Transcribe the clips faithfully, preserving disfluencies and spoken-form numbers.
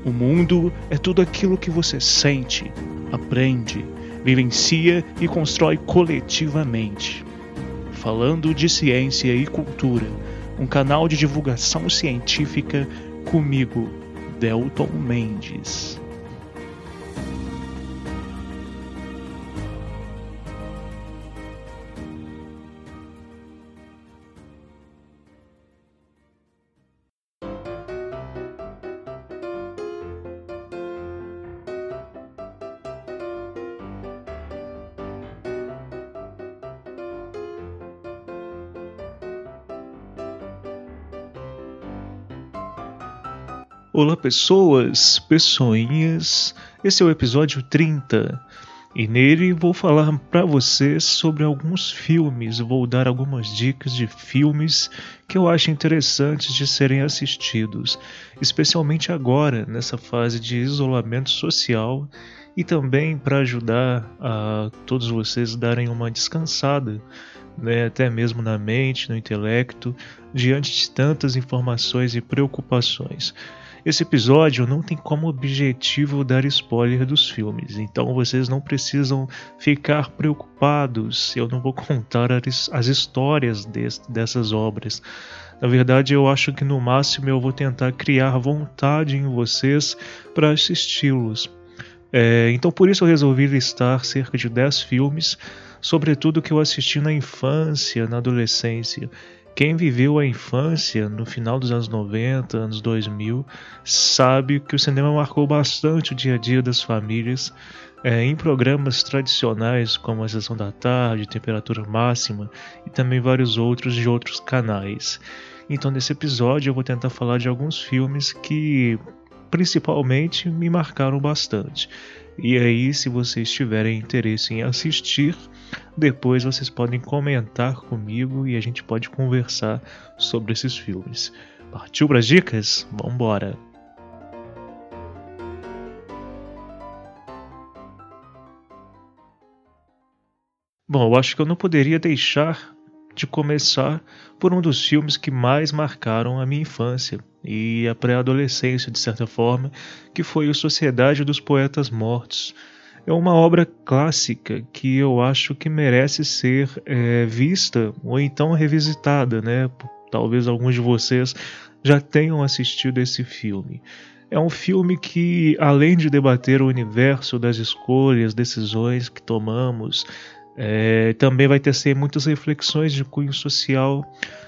O mundo é tudo aquilo que você sente, aprende, vivencia e constrói coletivamente. Falando de ciência e cultura, um canal de divulgação científica comigo, Delton Mendes. Olá pessoas, pessoinhas, esse é o episódio trinta e nele vou falar para vocês sobre alguns filmes, vou dar algumas dicas de filmes que eu acho interessantes de serem assistidos, especialmente agora, nessa fase de isolamento social e também para ajudar a todos vocês darem uma descansada, né, até mesmo na mente, no intelecto, diante de tantas informações e preocupações. Esse episódio não tem como objetivo dar spoiler dos filmes, então vocês não precisam ficar preocupados se eu não vou contar as, as histórias desse, dessas obras. Na verdade, eu acho que no máximo eu vou tentar criar vontade em vocês para assisti-los. É, então por isso eu resolvi listar cerca de dez filmes, sobretudo que eu assisti na infância, na adolescência. Quem viveu a infância no final dos anos noventa, anos dois mil, sabe que o cinema marcou bastante o dia a dia das famílias é, em programas tradicionais como a Sessão da Tarde, Temperatura Máxima e também vários outros de outros canais. Então nesse episódio eu vou tentar falar de alguns filmes que principalmente me marcaram bastante. E aí, se vocês tiverem interesse em assistir, depois vocês podem comentar comigo e a gente pode conversar sobre esses filmes. Partiu para as dicas? Vambora! Bom, eu acho que eu não poderia deixar de começar por um dos filmes que mais marcaram a minha infância e a pré-adolescência, de certa forma, que foi o Sociedade dos Poetas Mortos. É uma obra clássica que eu acho que merece ser é, vista ou então revisitada, né? Talvez alguns de vocês já tenham assistido esse filme. É um filme que, além de debater o universo das escolhas, decisões que tomamos, É, também vai tecer muitas reflexões de cunho social,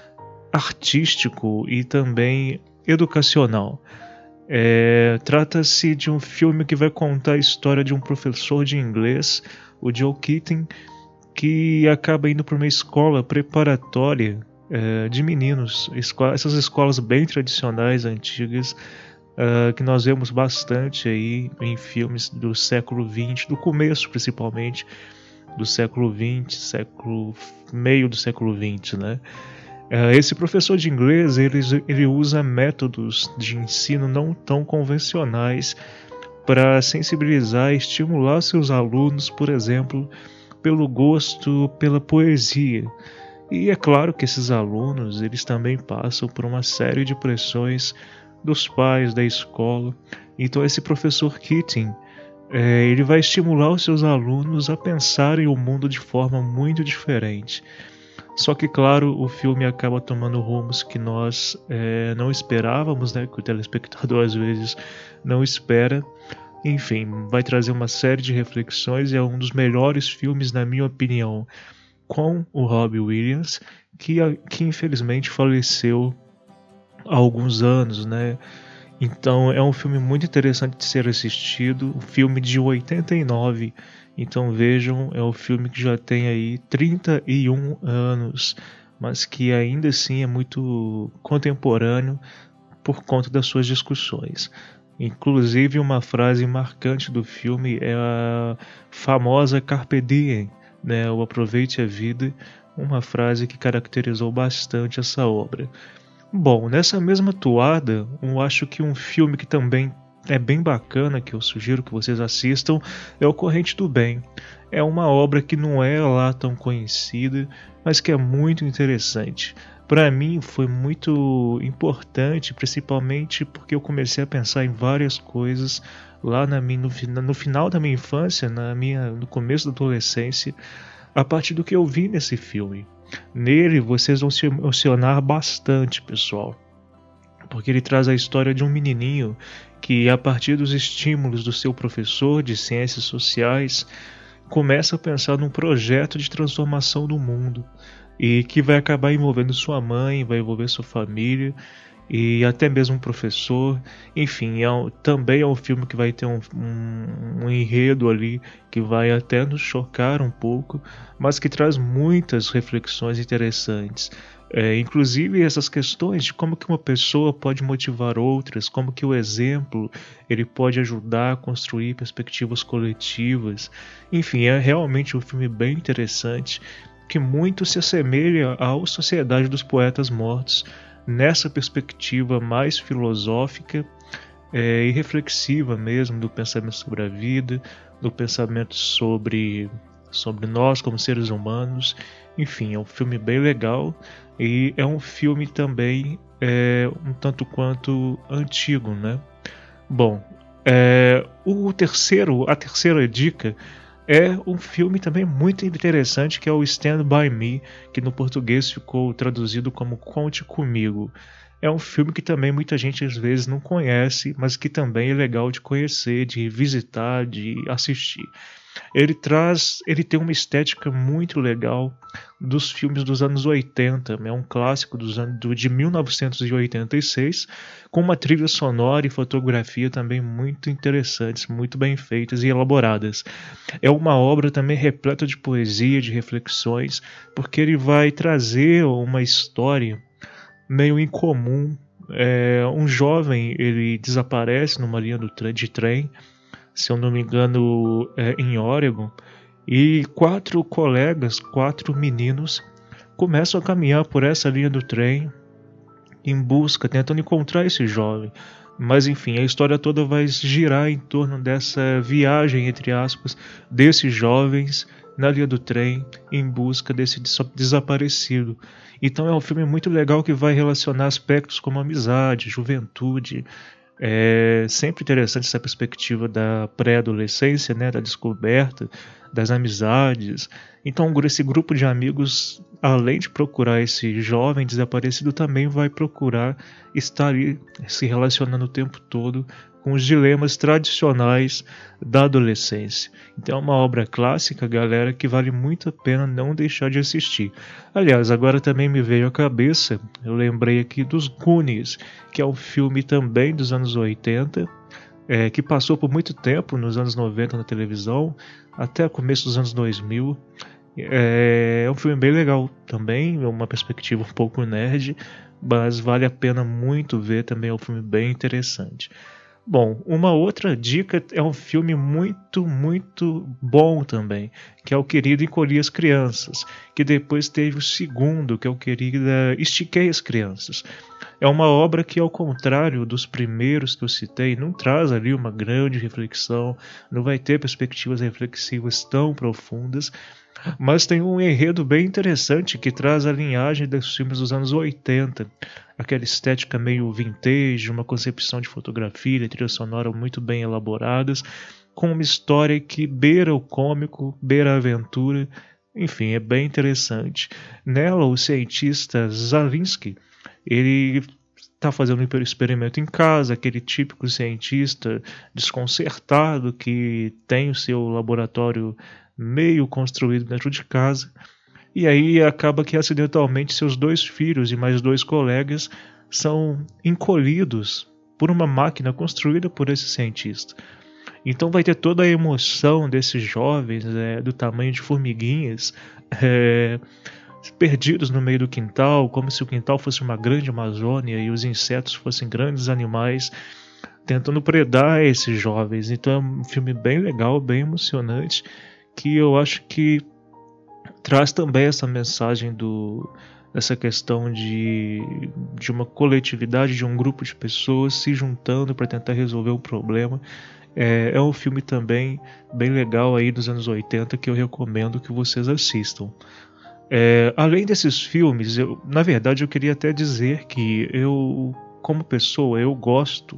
artístico e também educacional. É, trata-se de um filme que vai contar a história de um professor de inglês, o Joe Keating, que acaba indo para uma escola preparatória é, de meninos, escola, essas escolas bem tradicionais, antigas, é, que nós vemos bastante aí em filmes do século vinte, do começo principalmente, do século vinte, século, meio do século vinte, né? Esse professor de inglês, ele, ele usa métodos de ensino não tão convencionais para sensibilizar e estimular seus alunos, por exemplo, pelo gosto pela poesia. E é claro que esses alunos, eles também passam por uma série de pressões dos pais, da escola. Então esse professor Keating, É, ele vai estimular os seus alunos a pensarem o mundo de forma muito diferente. Só que, claro, o filme acaba tomando rumos que nós é, não esperávamos, né? Que o telespectador às vezes não espera. Enfim, vai trazer uma série de reflexões e é um dos melhores filmes, na minha opinião, com o Robin Williams, que, que infelizmente faleceu há alguns anos, né? Então é um filme muito interessante de ser assistido, um filme de oitenta e nove, então vejam, é um filme que já tem aí trinta e um anos, mas que ainda assim é muito contemporâneo por conta das suas discussões. Inclusive uma frase marcante do filme é a famosa Carpe Diem, né, o aproveite a vida, uma frase que caracterizou bastante essa obra. Bom, nessa mesma toada, eu acho que um filme que também é bem bacana, que eu sugiro que vocês assistam, é O Corrente do Bem. É uma obra que não é lá tão conhecida, mas que é muito interessante. Para mim foi muito importante, principalmente porque eu comecei a pensar em várias coisas lá na minha, no, no final da minha infância, na minha, no começo da adolescência, a partir do que eu vi nesse filme. Nele vocês vão se emocionar bastante, pessoal, porque ele traz a história de um menininho que, a partir dos estímulos do seu professor de ciências sociais, começa a pensar num projeto de transformação do mundo, e que vai acabar envolvendo sua mãe, vai envolver sua família e até mesmo um professor. Enfim, é um, também é um filme que vai ter um, um, um enredo ali que vai até nos chocar um pouco, mas que traz muitas reflexões interessantes. É, inclusive essas questões de como que uma pessoa pode motivar outras, como que o exemplo ele pode ajudar a construir perspectivas coletivas. Enfim, é realmente um filme bem interessante, que muito se assemelha à Sociedade dos Poetas Mortos, nessa perspectiva mais filosófica é, e reflexiva mesmo, do pensamento sobre a vida, do pensamento sobre, sobre nós como seres humanos. Enfim, é um filme bem legal, e é um filme também é, um tanto quanto antigo, né? Bom, é, o terceiro, a terceira dica é um filme também muito interessante, que é o Stand By Me, que no português ficou traduzido como Conte Comigo. É um filme que também muita gente às vezes não conhece, mas que também é legal de conhecer, de visitar, de assistir. Ele traz, ele tem uma estética muito legal dos filmes dos anos oitenta, é um clássico dos anos, de mil novecentos e oitenta e seis, com uma trilha sonora e fotografia também muito interessantes, muito bem feitas e elaboradas. É uma obra também repleta de poesia, de reflexões, porque ele vai trazer uma história meio incomum. É, um jovem, ele desaparece numa linha do tre- de trem, se eu não me engano, é, em Oregon, e quatro colegas, quatro meninos, começam a caminhar por essa linha do trem em busca, tentando encontrar esse jovem. Mas enfim, a história toda vai girar em torno dessa viagem, entre aspas, desses jovens na linha do trem em busca desse desaparecido. Então é um filme muito legal, que vai relacionar aspectos como amizade, juventude. É sempre interessante essa perspectiva da pré-adolescência, né, da descoberta, das amizades. Então esse grupo de amigos, além de procurar esse jovem desaparecido, também vai procurar estar ali se relacionando o tempo todo com os dilemas tradicionais da adolescência. Então é uma obra clássica, galera, que vale muito a pena não deixar de assistir. Aliás, agora também me veio à cabeça, eu lembrei aqui dos Goonies, que é um filme também dos anos oitenta, é, que passou por muito tempo nos anos noventa na televisão, até o começo dos anos dois mil. É, é um filme bem legal também, é uma perspectiva um pouco nerd, mas vale a pena muito ver também, é um filme bem interessante. Bom, uma outra dica é um filme muito, muito bom também, que é O Querido Encolhi as Crianças, que depois teve o segundo, que é O Querido Estiquei as Crianças. É uma obra que, ao contrário dos primeiros que eu citei, não traz ali uma grande reflexão, não vai ter perspectivas reflexivas tão profundas, mas tem um enredo bem interessante que traz a linhagem dos filmes dos anos oitenta, aquela estética meio vintage, uma concepção de fotografia e trilha sonora muito bem elaboradas, com uma história que beira o cômico, beira a aventura. Enfim, é bem interessante. Nela, o cientista Zavinsky, ele está fazendo um experimento em casa, aquele típico cientista desconcertado que tem o seu laboratório meio construído dentro de casa, e aí acaba que acidentalmente seus dois filhos e mais dois colegas são encolhidos por uma máquina construída por esse cientista. Então vai ter toda a emoção desses jovens, é, do tamanho de formiguinhas, é, perdidos no meio do quintal, como se o quintal fosse uma grande Amazônia e os insetos fossem grandes animais tentando predar esses jovens. Então é um filme bem legal, bem emocionante, que eu acho que traz também essa mensagem do essa questão de, de uma coletividade, de um grupo de pessoas se juntando para tentar resolver um problema. É, é um filme também bem legal aí dos anos oitenta que eu recomendo que vocês assistam. É, além desses filmes, eu, na verdade eu queria até dizer que eu, como pessoa, eu gosto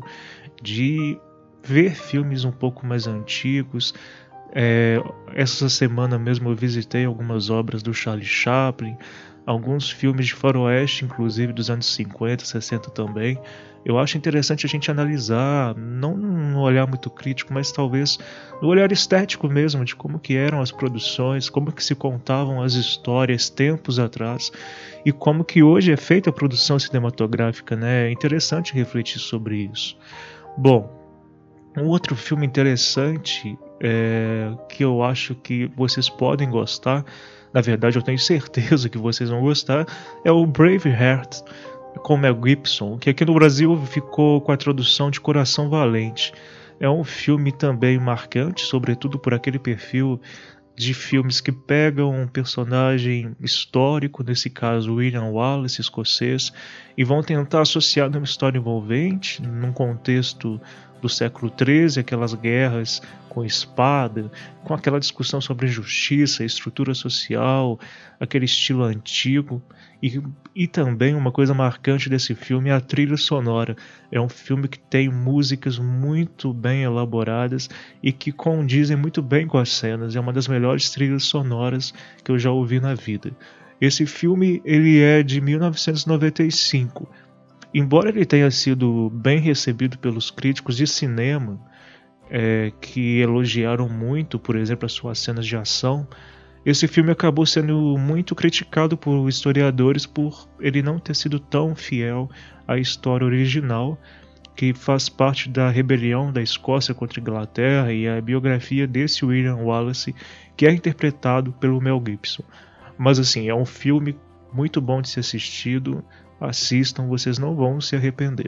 de ver filmes um pouco mais antigos. É, essa semana mesmo eu visitei algumas obras do Charlie Chaplin, alguns filmes de faroeste, inclusive dos anos cinquenta, sessenta também. Eu acho interessante a gente analisar, não num olhar muito crítico, mas talvez no olhar estético mesmo, de como que eram as produções, como que se contavam as histórias tempos atrás e como que hoje é feita a produção cinematográfica, né? É interessante refletir sobre isso. Bom, um outro filme interessante é, que eu acho que vocês podem gostar, na verdade eu tenho certeza que vocês vão gostar, é o Braveheart, com Mel Gibson, que aqui no Brasil ficou com a tradução de Coração Valente. É um filme também marcante, sobretudo por aquele perfil de filmes que pegam um personagem histórico, nesse caso William Wallace, escocês, e vão tentar associar numa história envolvente, num contexto do século treze, aquelas guerras com espada, com aquela discussão sobre justiça, estrutura social, aquele estilo antigo. E, e também uma coisa marcante desse filme é a trilha sonora. É um filme que tem músicas muito bem elaboradas e que condizem muito bem com as cenas. É uma das melhores trilhas sonoras que eu já ouvi na vida. Esse filme ele é de mil novecentos e noventa e cinco. Embora ele tenha sido bem recebido pelos críticos de cinema, é, que elogiaram muito, por exemplo, as suas cenas de ação, esse filme acabou sendo muito criticado por historiadores por ele não ter sido tão fiel à história original, que faz parte da rebelião da Escócia contra a Inglaterra e a biografia desse William Wallace, que é interpretado pelo Mel Gibson. Mas assim, é um filme muito bom de ser assistido. Assistam, vocês não vão se arrepender.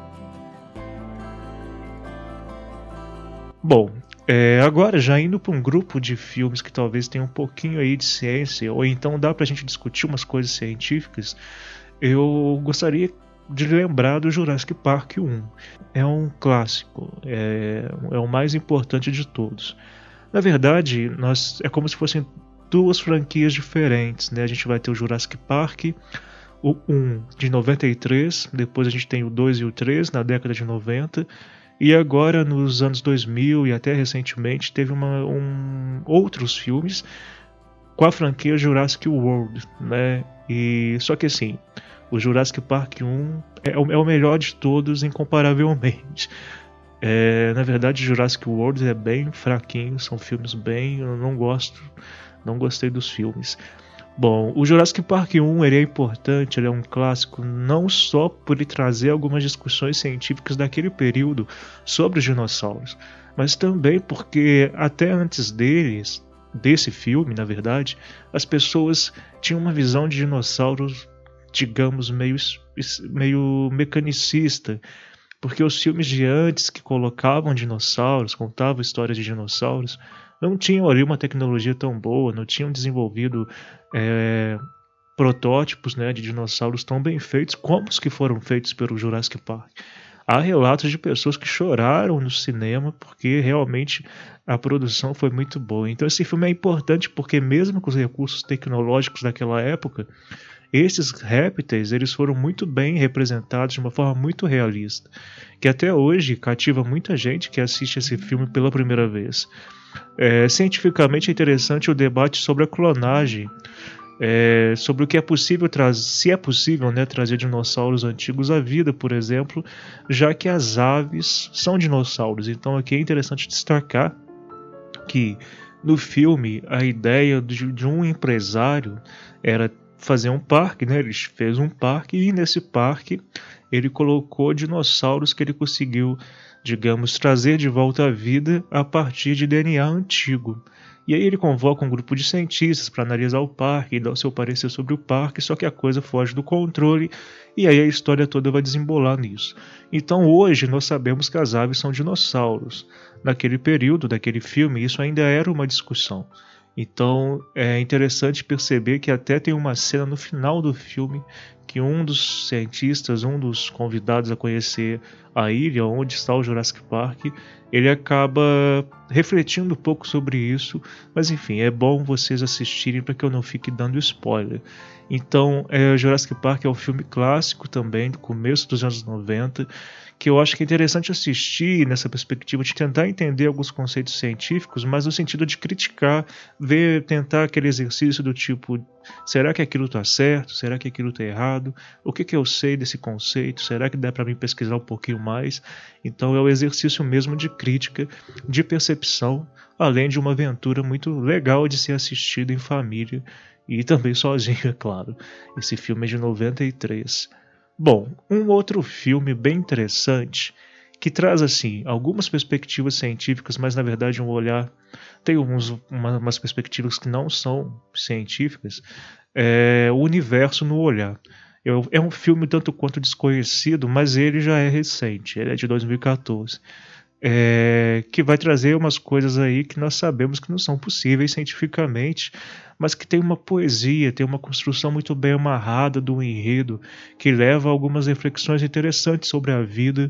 Bom, é, agora já indo para um grupo de filmes que talvez tenha um pouquinho aí de ciência, ou então dá pra gente discutir umas coisas científicas, eu gostaria de lembrar do Jurassic Park um. É um clássico, é, é o mais importante de todos. Na verdade, nós, é como se fossem duas franquias diferentes, né? A gente vai ter o Jurassic Park, o um de noventa e três, depois a gente tem o dois e o três na década de noventa, e agora nos anos dois mil e até recentemente teve uma, um, outros filmes com a franquia Jurassic World, né? E, só que assim, o Jurassic Park um é o, é o melhor de todos incomparavelmente. É, na verdade, Jurassic World é bem fraquinho, são filmes bem... eu não gosto, não gostei dos filmes. Bom, o Jurassic Park um ele é importante, ele é um clássico não só por ele trazer algumas discussões científicas daquele período sobre os dinossauros, mas também porque até antes deles, desse filme, na verdade, as pessoas tinham uma visão de dinossauros, digamos, meio, meio mecanicista, porque os filmes de antes que colocavam dinossauros, contavam histórias de dinossauros, não tinham ali uma tecnologia tão boa, não tinham desenvolvido é, protótipos, né, de dinossauros tão bem feitos como os que foram feitos pelo Jurassic Park. Há relatos de pessoas que choraram no cinema porque realmente a produção foi muito boa. Então esse filme é importante porque mesmo com os recursos tecnológicos daquela época, esses répteis eles foram muito bem representados de uma forma muito realista, que até hoje cativa muita gente que assiste esse filme pela primeira vez. É, cientificamente é interessante o debate sobre a clonagem, é, sobre o que é possível trazer, se é possível, né, trazer dinossauros antigos à vida, por exemplo, já que as aves são dinossauros. Então aqui é interessante destacar que no filme a ideia de, de um empresário era fazer um parque, né? Ele fez um parque e nesse parque ele colocou dinossauros que ele conseguiu, digamos, trazer de volta à vida a partir de D N A antigo. E aí ele convoca um grupo de cientistas para analisar o parque e dar o seu parecer sobre o parque, só que a coisa foge do controle e aí a história toda vai desembolar nisso. Então hoje nós sabemos que as aves são dinossauros. Naquele período, daquele filme, isso ainda era uma discussão. Então é interessante perceber que até tem uma cena no final do filme que um dos cientistas, um dos convidados a conhecer a ilha onde está o Jurassic Park, ele acaba refletindo um pouco sobre isso, mas enfim, é bom vocês assistirem para que eu não fique dando spoiler. Então, é, Jurassic Park é um filme clássico também, do começo dos anos noventa, que eu acho que é interessante assistir nessa perspectiva de tentar entender alguns conceitos científicos, mas no sentido de criticar, ver, tentar aquele exercício do tipo, será que aquilo está certo? Será que aquilo está errado? O que, que eu sei desse conceito? Será que dá para mim pesquisar um pouquinho mais? Então é o exercício mesmo de crítica, de percepção, além de uma aventura muito legal de ser assistida em família e também sozinho, é claro. Esse filme é de noventa e três. Bom, um outro filme bem interessante, que traz assim algumas perspectivas científicas, mas na verdade um olhar, tem uns, uma, umas perspectivas que não são científicas, é O Universo no Olhar. Eu, é um filme tanto quanto desconhecido, mas ele já é recente, ele é de dois mil e quatorze. É, que vai trazer umas coisas aí que nós sabemos que não são possíveis cientificamente, mas que tem uma poesia, tem uma construção muito bem amarrada do enredo, que leva a algumas reflexões interessantes sobre a vida,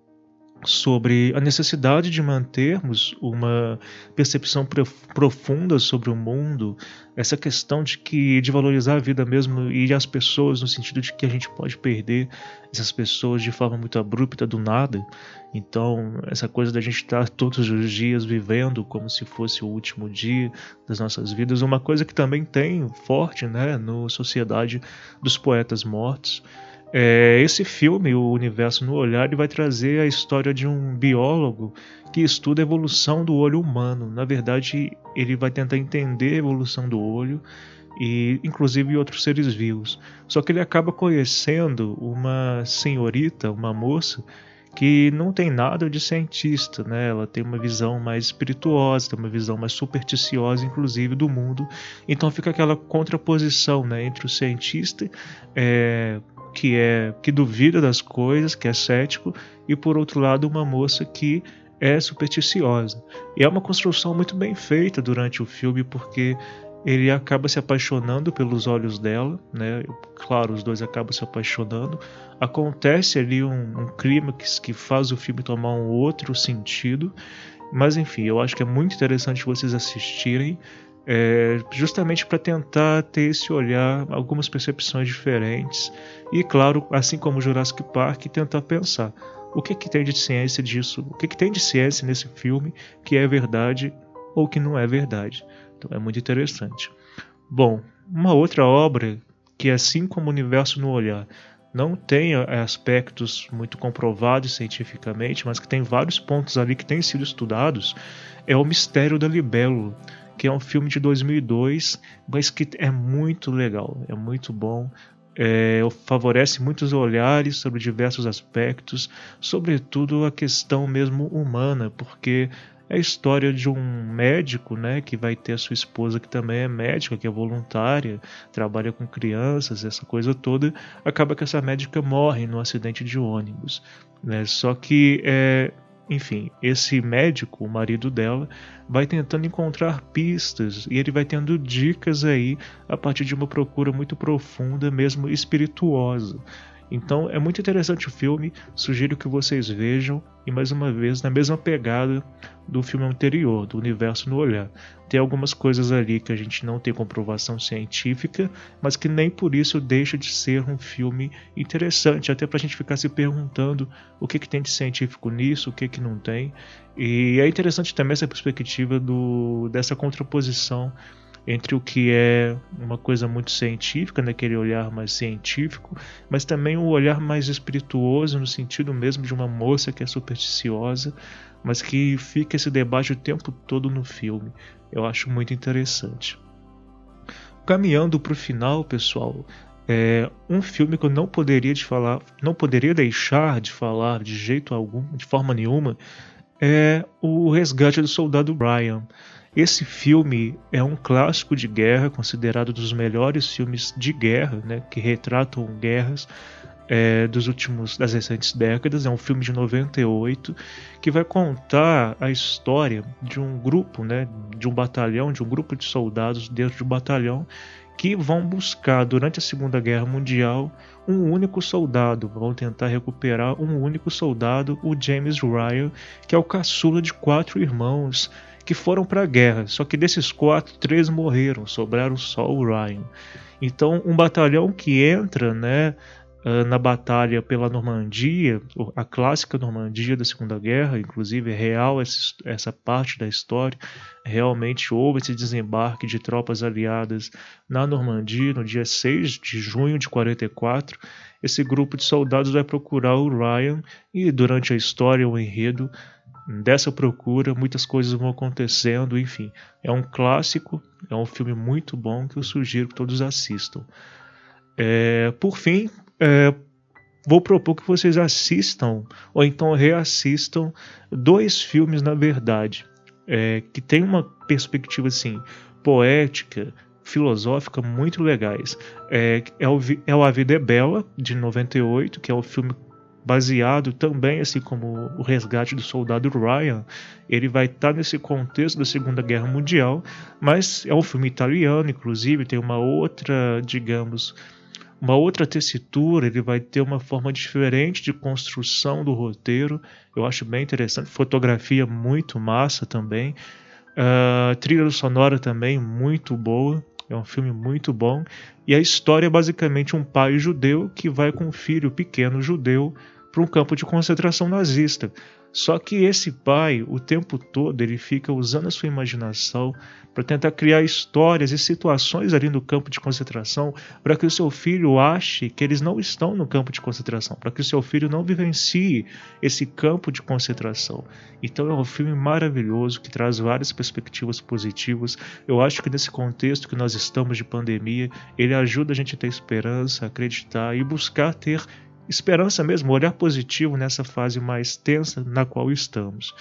sobre a necessidade de mantermos uma percepção profunda sobre o mundo, essa questão de que de valorizar a vida mesmo e as pessoas, no sentido de que a gente pode perder essas pessoas de forma muito abrupta do nada. Então essa coisa da gente estar todos os dias vivendo como se fosse o último dia das nossas vidas, uma coisa que também tem forte, né, no Sociedade dos Poetas Mortos. É, esse filme, O Universo no Olhar, ele vai trazer a história de um biólogo que estuda a evolução do olho humano. Na verdade, ele vai tentar entender a evolução do olho e, inclusive, outros seres vivos. Só que ele acaba conhecendo uma senhorita, uma moça, que não tem nada de cientista, né? Ela tem uma visão mais espirituosa, tem uma visão mais supersticiosa, inclusive, do mundo. Então fica aquela contraposição, né, entre o cientista, é, que é que duvida das coisas, que é cético, e por outro lado uma moça que é supersticiosa. E é uma construção muito bem feita durante o filme, porque ele acaba se apaixonando pelos olhos dela, né? Claro, os dois acabam se apaixonando. Acontece ali um, um clímax que faz o filme tomar um outro sentido, mas enfim, eu acho que é muito interessante vocês assistirem. É, justamente para tentar ter esse olhar, algumas percepções diferentes e, claro, assim como Jurassic Park, tentar pensar o que, que tem de ciência disso, o que, que tem de ciência nesse filme que é verdade ou que não é verdade. Então é muito interessante. Bom, uma outra obra que, assim como O Universo no Olhar, não tem aspectos muito comprovados cientificamente, mas que tem vários pontos ali que têm sido estudados, é O Mistério da Libélula, que é um filme de dois mil e dois, mas que é muito legal, é muito bom, é, favorece muitos olhares sobre diversos aspectos, sobretudo a questão mesmo humana, porque é a história de um médico, né, que vai ter a sua esposa que também é médica, que é voluntária, trabalha com crianças, essa coisa toda. Acaba que essa médica morre num acidente de ônibus, né? Só que é, enfim, esse médico, o marido dela, vai tentando encontrar pistas e ele vai tendo dicas aí a partir de uma procura muito profunda, mesmo espirituosa. Então é muito interessante o filme, sugiro que vocês vejam, e mais uma vez na mesma pegada do filme anterior, do Universo no Olhar. Tem algumas coisas ali que a gente não tem comprovação científica, mas que nem por isso deixa de ser um filme interessante, até para a gente ficar se perguntando o que, que tem de científico nisso, o que, que não tem. E é interessante também essa perspectiva do, dessa contraposição entre o que é uma coisa muito científica, naquele olhar mais científico, mas também um olhar mais espirituoso, no sentido mesmo de uma moça que é supersticiosa, mas que fica esse debate o tempo todo no filme. Eu acho muito interessante. Caminhando para o final, pessoal, é um filme que eu não poderia de falar, não poderia deixar de falar de jeito algum, de forma nenhuma, é O Resgate do Soldado Ryan. Esse filme é um clássico de guerra, considerado dos melhores filmes de guerra, né, que retratam guerras. é, dos últimos, das recentes décadas. É um filme de noventa e oito que vai contar a história de um grupo, né, de um batalhão, de um grupo de soldados dentro de um batalhão que vão buscar, durante a Segunda Guerra Mundial, um único soldado. Vão tentar recuperar um único soldado, o James Ryan, que é o caçula de quatro irmãos que foram para a guerra. Só que desses quatro, três morreram, sobraram só o Ryan. Então, um batalhão que entra, né, na batalha pela Normandia, a clássica Normandia da Segunda Guerra, inclusive é real essa, essa parte da história. Realmente houve esse desembarque de tropas aliadas na Normandia no dia seis de junho de quarenta e quatro. Esse grupo de soldados vai procurar o Ryan e durante a história, o enredo dessa procura, muitas coisas vão acontecendo, enfim. É um clássico, é um filme muito bom que eu sugiro que todos assistam. É, por fim, É, vou propor que vocês assistam ou então reassistam dois filmes, na verdade, é, que tem uma perspectiva assim, poética, filosófica muito legais. É, é, o, é o A Vida é Bela, de noventa e oito, que é um filme baseado também, assim como O Resgate do Soldado Ryan. Ele vai estar nesse contexto da Segunda Guerra Mundial, mas é um filme italiano, inclusive, tem uma outra, digamos, uma outra tessitura, ele vai ter uma forma diferente de construção do roteiro. Eu acho bem interessante. Fotografia muito massa também. Uh, trilha sonora também muito boa. É um filme muito bom. E a história é basicamente um pai judeu que vai com um filho pequeno judeu para um campo de concentração nazista. Só que esse pai, o tempo todo, ele fica usando a sua imaginação para tentar criar histórias e situações ali no campo de concentração para que o seu filho ache que eles não estão no campo de concentração, para que o seu filho não vivencie esse campo de concentração. Então é um filme maravilhoso que traz várias perspectivas positivas. Eu acho que nesse contexto que nós estamos de pandemia, ele ajuda a gente a ter esperança, a acreditar e buscar ter esperança mesmo, olhar positivo nessa fase mais tensa na qual estamos.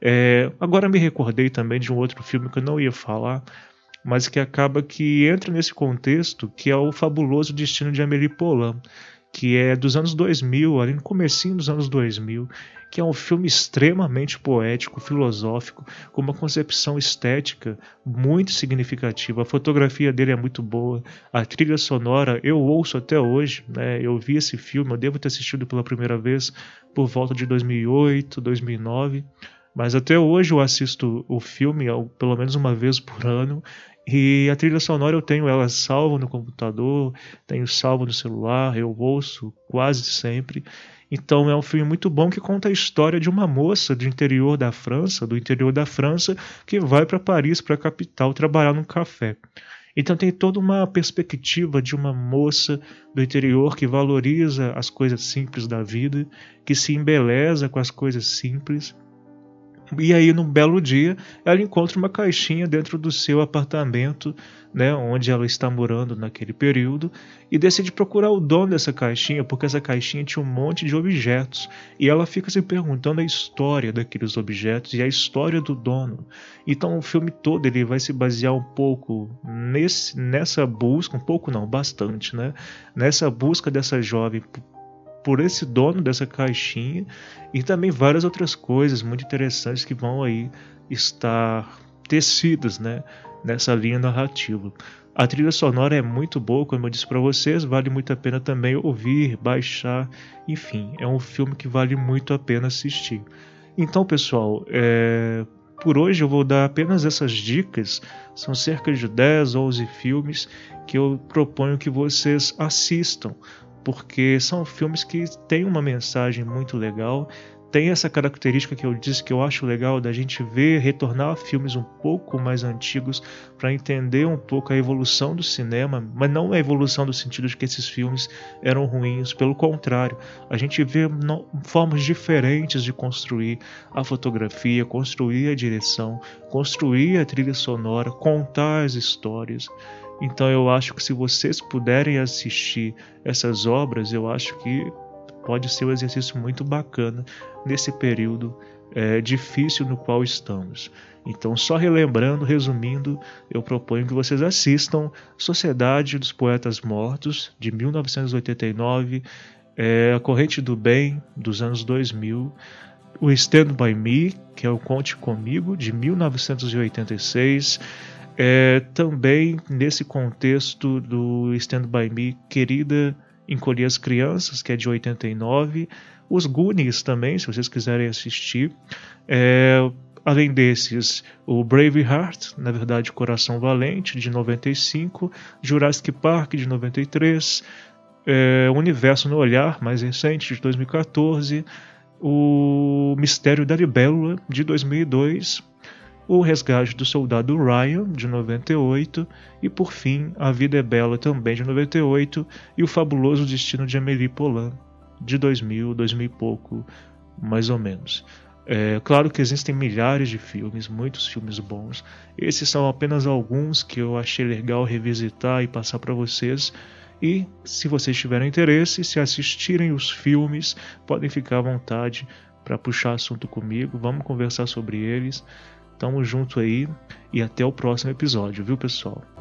É, agora me recordei também de um outro filme que eu não ia falar, mas que acaba que entra nesse contexto, que é o Fabuloso Destino de Amélie Poulain, que é dos anos dois mil, ali no comecinho dos anos dois mil, que é um filme extremamente poético, filosófico, com uma concepção estética muito significativa. A fotografia dele é muito boa, a trilha sonora eu ouço até hoje, né? Eu vi esse filme, eu devo ter assistido pela primeira vez por volta de dois mil e oito, dois mil e nove, mas até hoje eu assisto o filme pelo menos uma vez por ano. E a trilha sonora eu tenho ela salva no computador, tenho salvo no celular, eu ouço quase sempre. Então é um filme muito bom que conta a história de uma moça do interior da França, do interior da França, que vai para Paris, para a capital, trabalhar num café. Então tem toda uma perspectiva de uma moça do interior que valoriza as coisas simples da vida, que se embeleza com as coisas simples. E aí, num belo dia, ela encontra uma caixinha dentro do seu apartamento, né, onde ela está morando naquele período, e decide procurar o dono dessa caixinha, porque essa caixinha tinha um monte de objetos. E ela fica se perguntando a história daqueles objetos e a história do dono. Então o filme todo ele vai se basear um pouco nesse, nessa busca, um pouco não, bastante, né, nessa busca dessa jovem por esse dono dessa caixinha, e também várias outras coisas muito interessantes que vão aí estar tecidas, né, nessa linha narrativa. A trilha sonora é muito boa, como eu disse para vocês, vale muito a pena também ouvir, baixar, enfim, é um filme que vale muito a pena assistir. Então, pessoal, é... por hoje eu vou dar apenas essas dicas, são cerca de dez, onze filmes que eu proponho que vocês assistam, porque são filmes que têm uma mensagem muito legal, tem essa característica que eu disse que eu acho legal da gente ver, retornar a filmes um pouco mais antigos para entender um pouco a evolução do cinema, mas não a evolução no sentido de que esses filmes eram ruins, pelo contrário, a gente vê no, formas diferentes de construir a fotografia, construir a direção, construir a trilha sonora, contar as histórias. Então eu acho que se vocês puderem assistir essas obras, eu acho que pode ser um exercício muito bacana nesse período é, difícil no qual estamos. Então, só relembrando, resumindo, eu proponho que vocês assistam Sociedade dos Poetas Mortos, de mil novecentos e oitenta e nove, é, A Corrente do Bem, dos anos dois mil, o Stand By Me, que é o Conte Comigo, de mil novecentos e oitenta e seis, é, também nesse contexto do Stand By Me, Querida, Encolhi as Crianças, que é de oitenta e nove, os Goonies também, se vocês quiserem assistir, é, além desses, o Braveheart, na verdade Coração Valente, de noventa e cinco, Jurassic Park, de noventa e três, é, Universo no Olhar, mais recente, de dois mil e quatorze, o Mistério da Libélula, de dois mil e dois, o Resgate do Soldado Ryan, de noventa e oito, e por fim, A Vida é Bela, também de noventa e oito, e O Fabuloso Destino de Amélie Poulain, de dois mil, dois mil e pouco, mais ou menos. É claro que existem milhares de filmes, muitos filmes bons. Esses são apenas alguns que eu achei legal revisitar e passar para vocês. E se vocês tiverem interesse, se assistirem os filmes, podem ficar à vontade para puxar assunto comigo. Vamos conversar sobre eles. Tamo junto aí e até o próximo episódio, viu, pessoal?